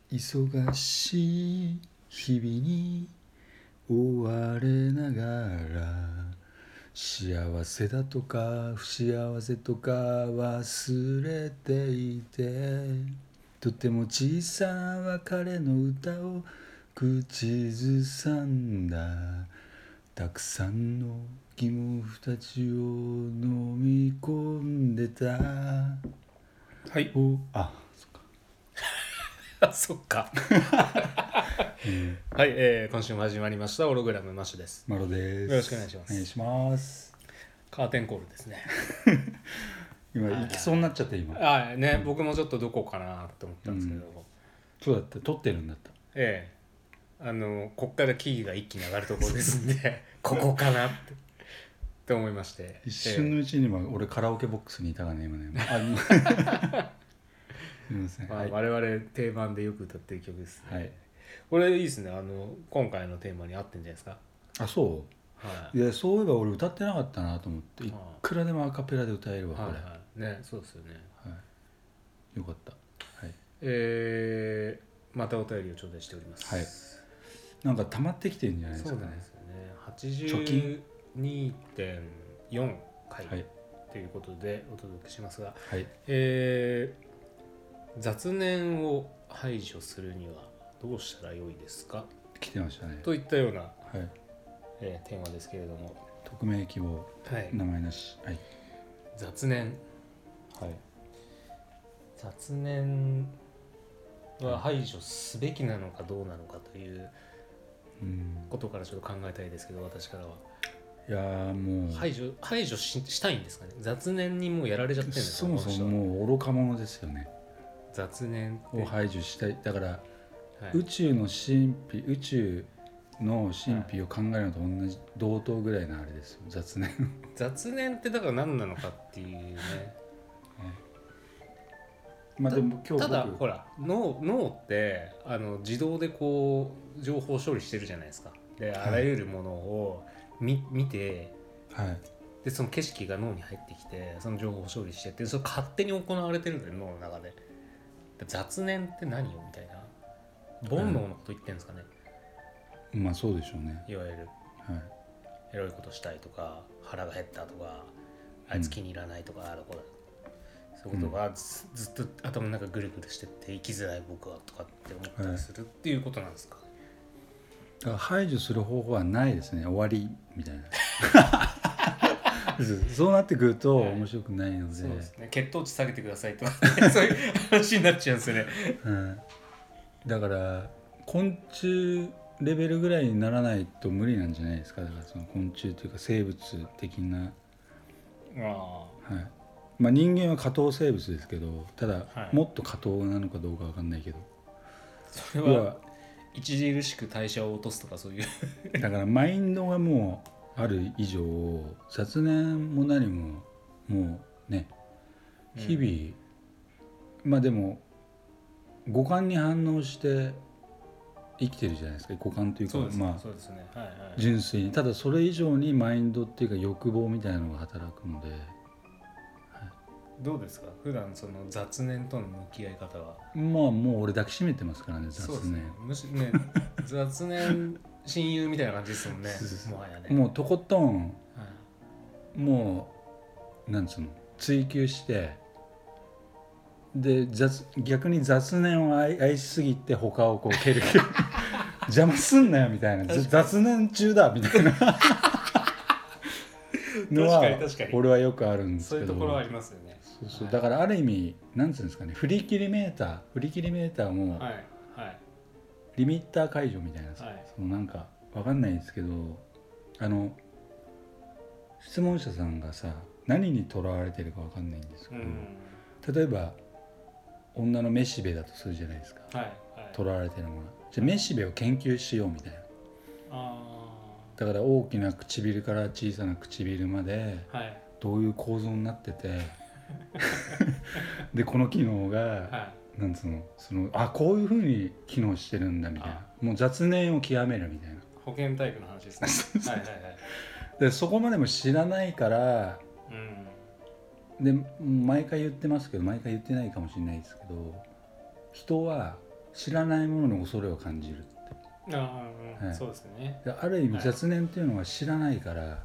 忙しい日々に追われながら幸せだとか不幸せとか忘れていてとても小さな別れの歌を口ずさんだたくさんの気もたちを飲み込んでたはいそっかはい、今週も始まりましたオログラムマッシュです。 マロです。 よろしくお願いします。 お願いします。 カーテンコールですね。 今行きそうになっちゃって今。 ね、僕もちょっとどこかなと思ったんですけど、 そうだった撮ってるんだった。 こっから木々が一気に上がるところですんでここかなって思いまして、 一瞬のうちにも俺カラオケボックスにいたがね今ね。すみません。 我々定番でよく歌ってる曲ですね。 はい。 これいいですね。今回のテーマに合ってんじゃないですか。 あ、そう。 はい。 いやそういえば俺歌ってなかったなと思っていくらでもアカペラで歌えるわこれ。 はいはい。ね、そうですよね。 はい。よかった。はい。 またお便りを頂戴しております。 はい。なんか溜まってきてるんじゃないですかね。 そうなんですよね。82.4 回ということでお届けしますが、 はい。 雑念を排除するにはどうしたらよいですか来てましたね。 といったような、 はいテーマですけれども、 匿名希望、 はい、 名前なし。はい。 雑念、 はい。 雑念は排除すべきなのかどうなのかということからちょっと考えたいですけど、私からは。 いやもう排除 したいんですかね。雑念にもうやられちゃってるんですか。 そもそももう愚か者ですよね。 雑念を排除したい。だから、 はい、 宇宙の神秘を考えるのと同等ぐらいのあれですよ、雑念。 雑念ってだから何なのかっていうね。 まあでも今日ただほら脳って自動でこう情報処理してるじゃないですか。であらゆるものを見て、 はい、 でその景色が脳に入ってきてその情報を処理してってそれ勝手に行われてるんだよ脳の中で。雑念って何よみたいな煩悩のこと言ってるんですかね。 まあそうでしょうね。 いわゆる、はい、エロいことしたいとか腹が減ったとかあいつ気に入らないとか、ある子だそういうことがずっと頭の中ぐるぐるしてって生きづらい僕はとかって思ったりするっていうことなんですか。 だから排除する方法はないですね。終わりみたいな。そうなってくると面白くないので、 そうですね、血糖値下げてくださいとそういう話になっちゃうんですよね。 だから昆虫レベルぐらいにならないと無理なんじゃないですか。だからその昆虫というか生物的な、まあ、人間は下等生物ですけど、ただ、もっと下等なのかどうか分かんないけど、 それは著しく代謝を落とすとかそういうだからマインドがもうある以上雑念も何ももうね日々、まあでも五感に反応して生きてるじゃないですか。五感というかそうですね、はいはい、 純粋に。ただそれ以上にマインドっていうか欲望みたいなのが働くので、 どうですか普段その雑念との向き合い方は。 まあもう俺抱きしめてますからね、雑念。 むしろね雑念親友みたいな感じですもんね。もはやね。 もうとことん、もうなんつうの追求して、で逆に雑念を愛しすぎて他をこう蹴る邪魔すんなよみたいな、雑念中だみたいなのは俺はよくあるんですけど。 そういうところはありますよね。 そうだからある意味なんつうんですかね、振り切りメーターも、リミッター解除みたいな、そのなんかわかんないですけど、質問者さんがさ何にとらわれてるかわかんないんですけど、例えば女のめしべだとするじゃないですか、とらわれてるもの。じゃあめしべを研究しようみたいな。だから大きな唇から小さな唇までどういう構造になっててでこの機能が、なんつうの、こういう風に機能してるんだみたいな、もう雑念を極めるみたいな保健体育の話ですねでそこまでも知らないから、で毎回言ってますけど、毎回言ってないかもしれないですけど、人は知らないものの恐れを感じるって。 はい、そうですね。 ある意味雑念っていうのは知らないから、はい、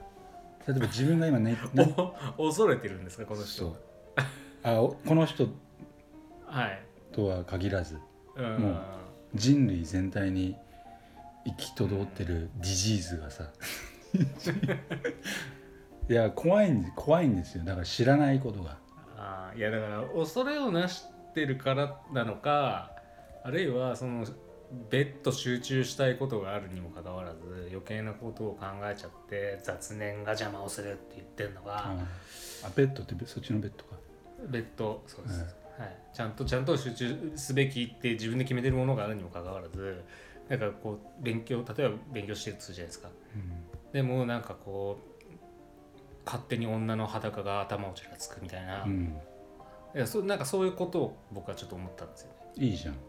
例えば自分が今ね恐れてるんですかこの人。 そうこの人とは限らず、もう人類全体に行き届ってるディジーズがさいや怖いんですよ。だから知らないことが。 いやだから恐れをなしてるからなのか、あるいはその別途集中したいことがあるにもかかわらず余計なことを考えちゃって雑念が邪魔をするって言ってるのが、 ベッドってそっちのベッドか。 ベッド、そうです、はい、ちゃんと集中すべきって自分で決めてるものがあるにもかかわらず、なんかこう例えば勉強してるとするじゃないですか、でもなんかこう勝手に女の裸が頭をちらつくみたいな、いやなんかそういうことを僕はちょっと思ったんですよね。 いいじゃん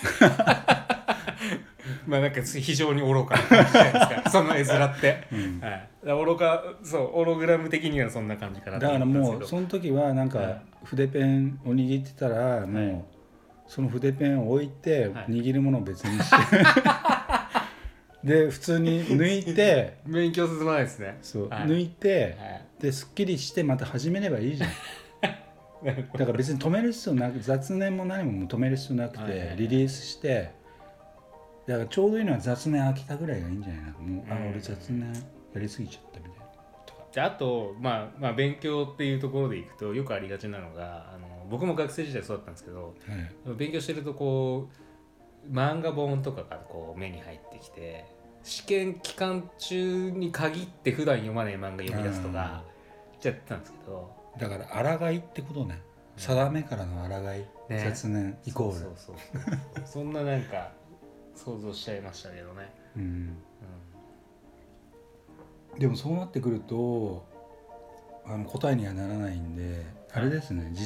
まあなんか非常に愚かな感じじゃないですかその絵面って、はい、愚か、そうオログラム的にはそんな感じかなと思ったんですけど、 だからもうその時はなんか筆ペンを握ってたら、もうその筆ペンを置いて握るものを別にして、で普通に抜いて勉強進まないですね。 そう、抜いて、ですっきりしてまた始めればいいじゃんだから別に止める必要なく、雑念も何も止める必要なくて、リリースして、だからちょうどいいのは雑念飽きたぐらいがいいんじゃないか。もう俺雑念やりすぎちゃったみたいなとか。 であと、まあ勉強っていうところでいくとよくありがちなのが、僕も学生時代そうだったんですけど、勉強してるとこう漫画本とかがこう目に入ってきて、試験期間中に限って普段読まない漫画読み出すとかやってたんですけど、 だから抗いってことね。定めからの抗い、雑念イコール。 そうそんななんか想像しちゃいましたけどね。 でもそうなってくると答えにはならないんで、あれですね、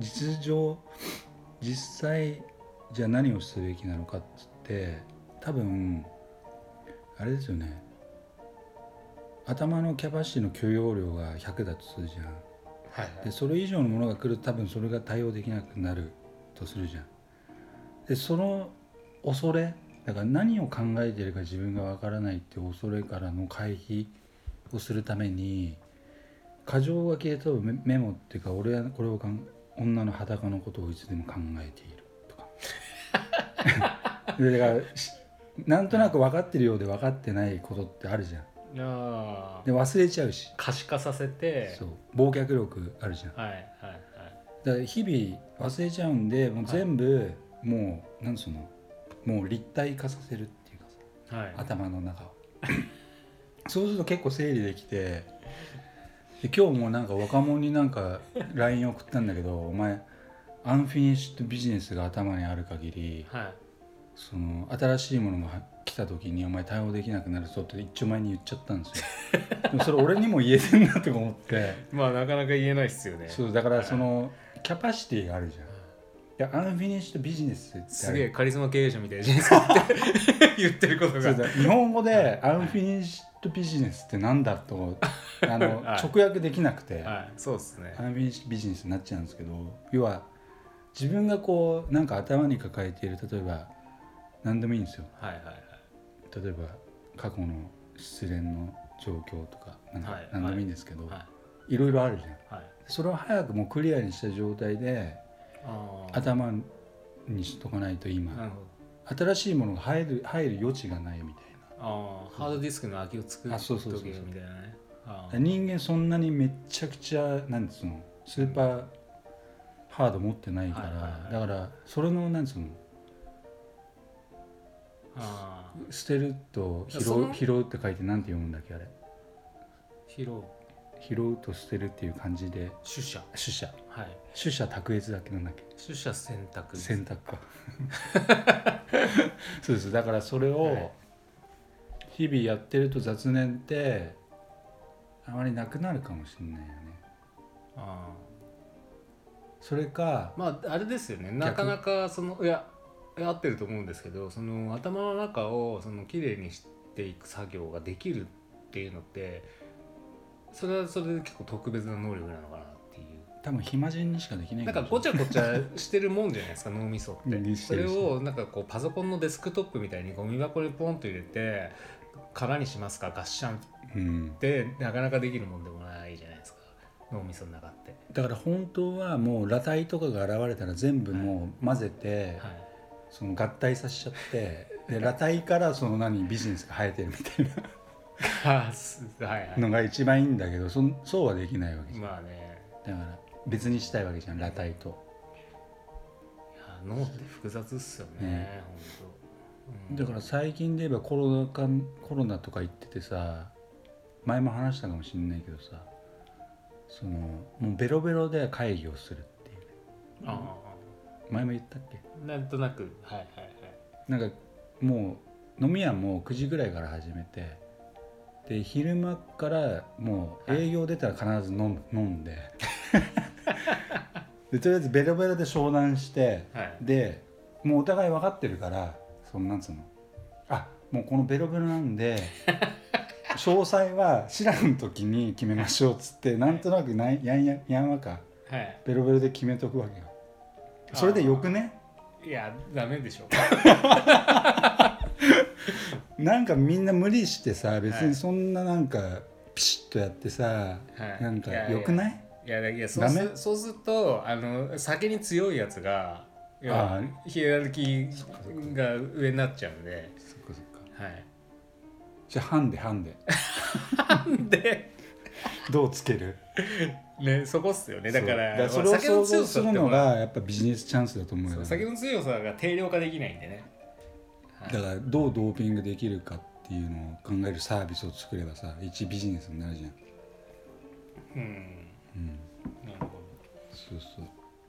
実際じゃあ何をすべきなのかっつって、多分あれですよね、頭のキャパシティの許容量が100だとするじゃん、でそれ以上のものが来ると多分それが対応できなくなるとするじゃん。でその恐れだから、何を考えているか自分がわからないっていう恐れからの回避をするために、箇条書きで多分メモっていうか、俺はこれを女の裸のことをいつでも考えているとかでだからなんとなく分かってるようで分かってないことってあるじゃん。で忘れちゃうし、 可視化させて、 そう忘却力あるじゃん。だから日々忘れちゃうんで、もう全部、もうなんそのもう立体化させるっていうかさ、頭の中をそうすると結構整理できて、で今日もなんか若者になんか LINE 送ったんだけど、お前アンフィニッシュとビジネスが頭にある限り、その新しいものが来た時にお前対応できなくなるぞって一丁前に言っちゃったんですよでもそれ俺にも言えてんなって思ってまあなかなか言えないっすよね。 そうだからそのキャパシティがあるじゃん。いやアンフィニッシュビジネスってすげえカリスマ経営者みたいじゃないですか言ってることが。 日本語でアンフィニッシュビジネスってなんだと直訳できなくて、 そうですね、 アンフィニッシュビジネスになっちゃうんですけど、要は自分がこうなんか頭に抱えている、例えば何でもいいんですよ、例えば過去の失恋の状況とかなんか何でもいいんですけど、いろいろあるじゃん、それを早くもうクリアにした状態で頭にしとかないと、今新しいものが入る余地がないみたいな、 ハードディスクの空きを作っとけみたいなね。 人間そんなにめちゃくちゃなんつうのスーパーハード持ってないから、だからそれのなんつうの捨てると拾うって書いてなんて読むんだっけ、あれ拾うと捨てるっていう感じで取捨、 取捨択一だっけ、なんだっけ、 取捨選択かそうです。だからそれを日々やってると雑念ってあまりなくなるかもしれないよね。それかまああれですよね、なかなかそのいや合ってると思うんですけど、その頭の中をそのきれいにしていく作業ができるっていうのって、それはそれで結構特別な能力なのかなっていう多分暇人にしかできない。 なんかごちゃごちゃしてるもんじゃないですか脳みそってそれをなんかこうパソコンのデスクトップみたいにゴミ箱にポンと入れて空にしますかガッシャンってなかなかできるもんでもないじゃないですか脳みその中って。 だから本当はもう裸体とかが現れたら全部もう混ぜて、はい、その合体させちゃってで裸体からそのビジネスが生えてるみたいなのが一番いいんだけどそうはできないわけじゃん。まあね、だから別にしたいわけじゃん裸体と。 いや脳って複雑っすよね、 本当。だから最近で言えばコロナとか言っててさ前も話したかもしれないけどさもうベロベロで会議をするっていう。前も言ったっけ。 なんとなくはいはいはい。 なんかもう飲み屋も9時ぐらいから始めてで昼間からもう営業出たら必ず飲んででとりあえずベロベロで商談して、はい、でもうお互い分かってるからなんつうのもうこのベロベロなんで詳細は知らん時に決めましょうっつってなんとなくやんわか、はい、ベロベロで決めとくわけよ。それでよくね。 いやダメでしょなんかみんな無理してさ別にそんななんかピシッとやってさ、はい、なんかよくない？ いやそうすると酒に強いやつがヒエラルキーが上になっちゃうんで。 そっかそっか。 はい。 じゃあハンデどうつける？ ね、そこっすよね。だからそれを想像するのがやっぱビジネスチャンスだと思うよ。 酒の強さが定量化できないんでね、 はい、だからどうドーピングできるかっていうのを考えるサービスを作ればさ一ビジネスになるじゃん。なるほど。そう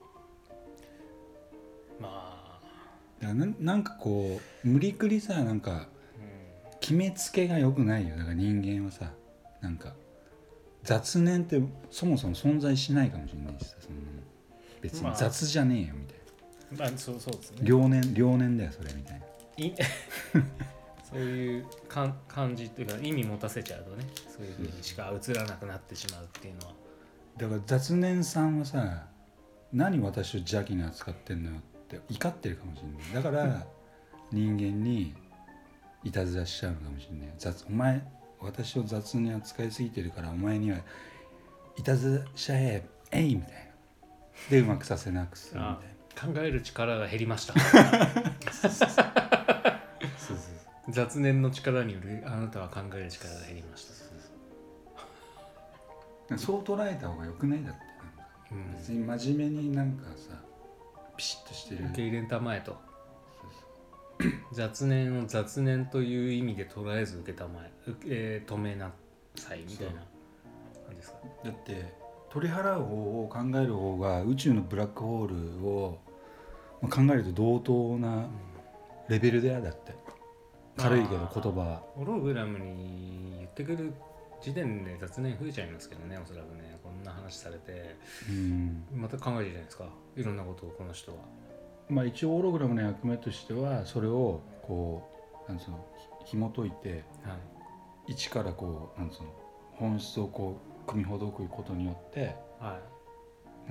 まあだからなんかこう無理くりさなんか決めつけが良くないよ。だから人間はさなんか雑念ってそもそも存在しないかもしれないしさ別に雑じゃねえよみたいな、 そうですね。 両年だよそれみたいなそういう感じっていうか意味持たせちゃうとねそういう風にしか映らなくなってしまうっていうのは。 だから雑念さんはさ何私を邪気に扱ってんのよって怒ってるかもしれない。だから人間にいたずらしちゃうのかもしれない。お前私を雑に扱いすぎてるからお前にはいたずらしちゃえみたいなでうまくさせなくするみたいな。 考える力が減りました雑念の力によるあなたは考える力が減りました。 そう捉えた方がよくない？だって別に真面目になんかさピシッとしてる受け入れたまえと雑念を雑念という意味で捉えず受けたまえ、止めなさいみたいな感じですか。 だって取り払う方を考える方が宇宙のブラックホールを考えると同等なレベルでだって軽いけど言葉はホログラムに言ってくる時点で雑念増えちゃいますけどね。おそらくねこんな話されてまた考えるじゃないですかいろんなことをこの人は。 まあ一応ホログラムの役目としてはそれをこう紐解いて、はい、一からこう本質をこう組みほどくことによって、はい、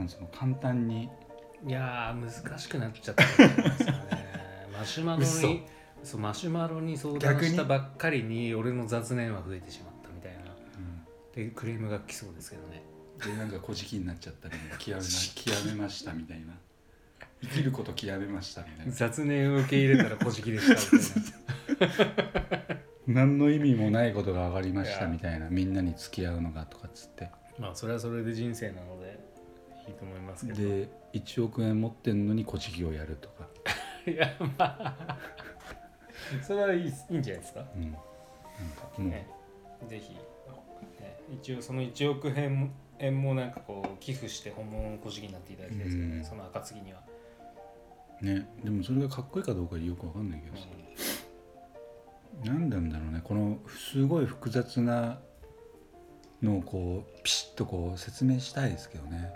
簡単にいや難しくなっちゃったんですよねマシュマロに相談したばっかりに俺の雑念は増えてしまったみたいな、でクレームが来そうですけどね。 でなんか小じきになっちゃったり極めましたみたいな生きること極めましたみたいな雑念を受け入れたら小じきでしたみたいな何の意味もないことが分かりましたみたいなみんなに付き合うのがとかっつってまあそれはそれで人生なのでいいと思いますけどで1億円持ってんのに小じきをやるとかいやまあそれはいいんじゃないですか、なんかね、ぜひ、ね、一応その1億円もなんかこう寄付して本物の小じきになっていただきたいですけどね、その暁にはね。でもそれがかっこいいかどうかよく分かんないけどさ、なんなんだろうねこのすごい複雑なのをこうピシッとこう説明したいですけどね。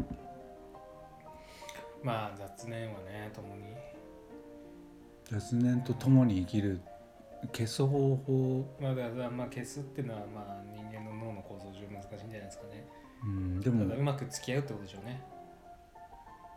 まあ雑念はね共に雑念と共に生きる消す方法、 だから消すっていうのは人間の脳の構造上難しいんじゃないですかね。 でもうまく付き合うってことでしょうね。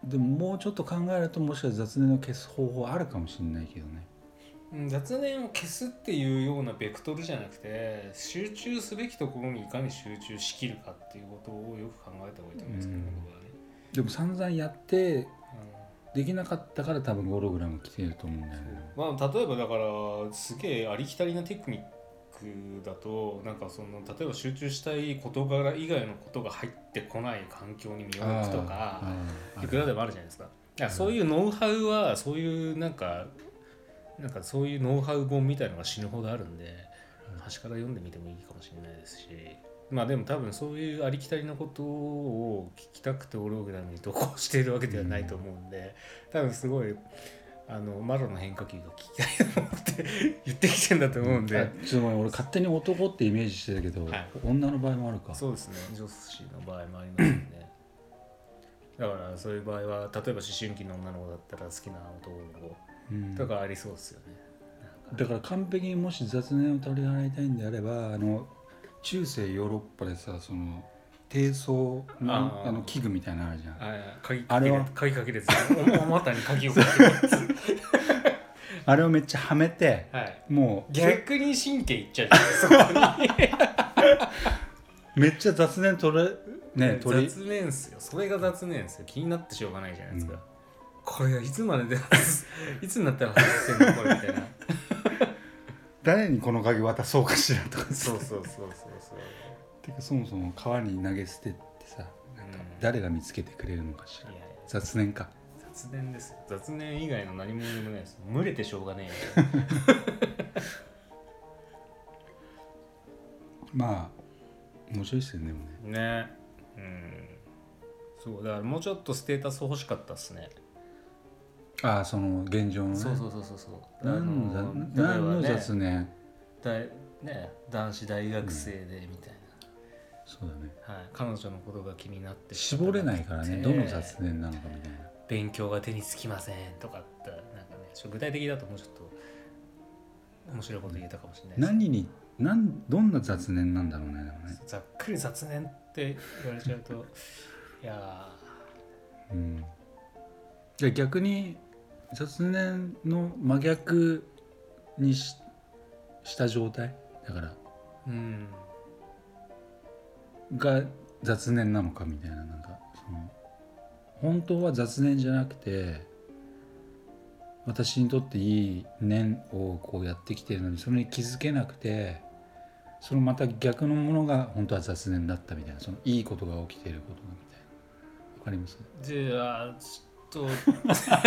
でももうちょっと考えるともしかしたら雑念を消す方法あるかもしれないけどね。 雑念を消すっていうようなベクトルじゃなくて、集中すべきところにいかに集中しきるかっていうことをよく考えた方がいいと思うんですけどね、僕はね。 でも散々やってできなかったから多分ホログラム来てると思うんだよね。 まあ、例えばだからすげえありきたりなテクニックだと、なんかその例えば集中したい事柄以外のことが入ってこない環境に身を置くとか、いくらでもあるじゃないですか。だからそういうノウハウはそういうなんかそういうノウハウ本みたいなのが死ぬほどあるんで、端から読んでみてもいいかもしれないですし、まあでも多分そういうありきたりなことを聞きたくてホログラムに投稿しているわけではないと思うんで、多分すごいマロの変化球が聞きたいと思って言ってきてんだと思うんで、 ちょっと俺勝手に男ってイメージしてたけど、はい、女の場合もあるか。 そうですね、女子の場合もありますよねだからそういう場合は例えば思春期の女の子だったら好きな男の子とかありそうですよね。 だから完璧にもし雑念を取り払いたいんであれば中世ヨーロッパでさ、その低層の器具みたいなのあるじゃん。 あれは鍵かけるやつ、お股に鍵をかけるやつあれをめっちゃはめて、 はい、 もう逆に神経いっちゃうそこにめっちゃ雑念取れね、 雑念っすよ。それが雑念っすよ。気になってしょうがないじゃないですか、これがいつまででいつになったら外せんのこれみたいな誰にこの鍵渡そうかしらとかそうてかそもそも川に投げ捨てってさ、なんか誰が見つけてくれるのかしら。雑念か。 雑念ですよ。雑念以外の何もでもないです。群れてしょうがねえまあ面白いっすよね。でもね。そうだからもうちょっとステータス欲しかったっすね。 ああ、その現状のね。 そう何の雑念ね、男子大学生でみたいな、 そうだね、 はい、彼女のことが気になって絞れないからね、どの雑念なのかみたいな。 勉強が手につきませんとかってなんかね、具体的だともうちょっと面白いこと言えたかもしれないです。 どんな雑念なんだろうね。でもね、 ざっくり雑念って言われちゃうといやじゃあ逆に雑念の真逆にした状態だから、が雑念なのかみたいな、なんかその本当は雑念じゃなくて私にとっていい念をこうやってきてるのにそれに気づけなくて、そのまた逆のものが本当は雑念だったみたいな、そのいいことが起きてることみたいな、わかります？ じゃあちょっと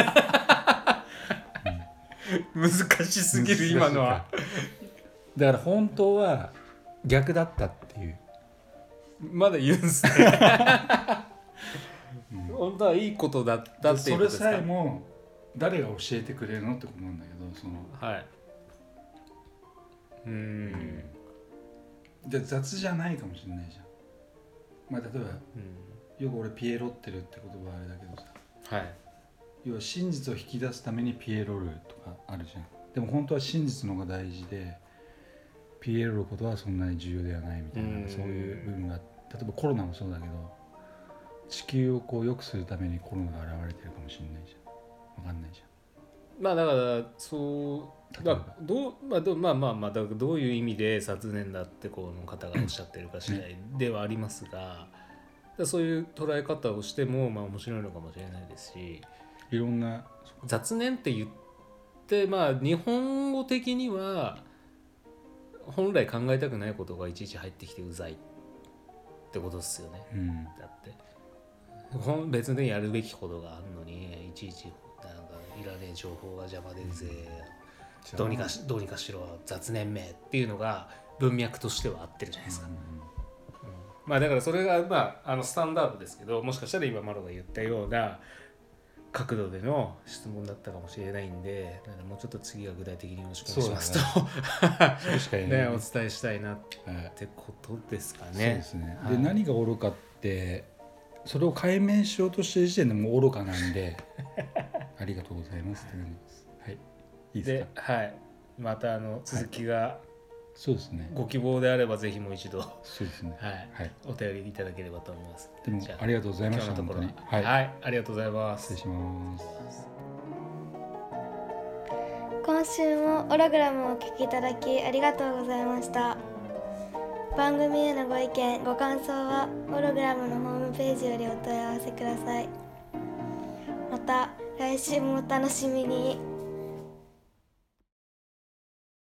難しすぎる今のは。 だから本当は逆だったっていう。 まだ言うんすね本当はいいことだったっていうことですか。 それさえも誰が教えてくれるのってことなんだけど、そのはいで雑じゃないかもしれないじゃん。まあ例えば、よく俺ピエロってるって言葉あれだけどさ、 はい、 要は真実を引き出すためにピエロるとかあるじゃん。でも本当は真実の方が大事でピエロることはそんなに重要ではないみたいな、そういう部分が、例えばコロナもそうだけど、地球をこう良くするためにコロナが現れてるかもしれないじゃん。わかんないじゃん。 まあだからそうだからどういう意味で雑念だってこの方がおっしゃってるか次第ではありますが、そういう捉え方をしてもまあ面白いのかもしれないですし、 いろんな雑念って言ってまあ日本語的には本来考えたくないことがいちいち入ってきてうざいってことですよね、だって別にやるべきことがあるのにいちいちなんかいらねえ情報が邪魔でどうにかしろ雑念名っていうのが文脈としては合ってるじゃないですか、まあだからそれがまあスタンダードですけど、もしかしたら今マロが言ったような角度での質問だったかもしれないんで、もうちょっと次は具体的によろしくお願いしますとね、お伝えしたいなってことですかね。そうですね。 で、何が愚かってそれを解明しようとしてる時点でもう愚かなんでありがとうございますって感じです。はい、いいですか。 で、はい、また続きがそうですね。 ご希望であればぜひもう一度そうですね。 はい、お便りいただければと思います。 でもありがとうございました。 今日のところ本は、はい、ありがとうございます。 失礼します。 今週もオログラムをお聞きいただきありがとうございました。番組へのご意見ご感想はオログラムのホームページよりお問い合わせください。また来週もお楽しみに。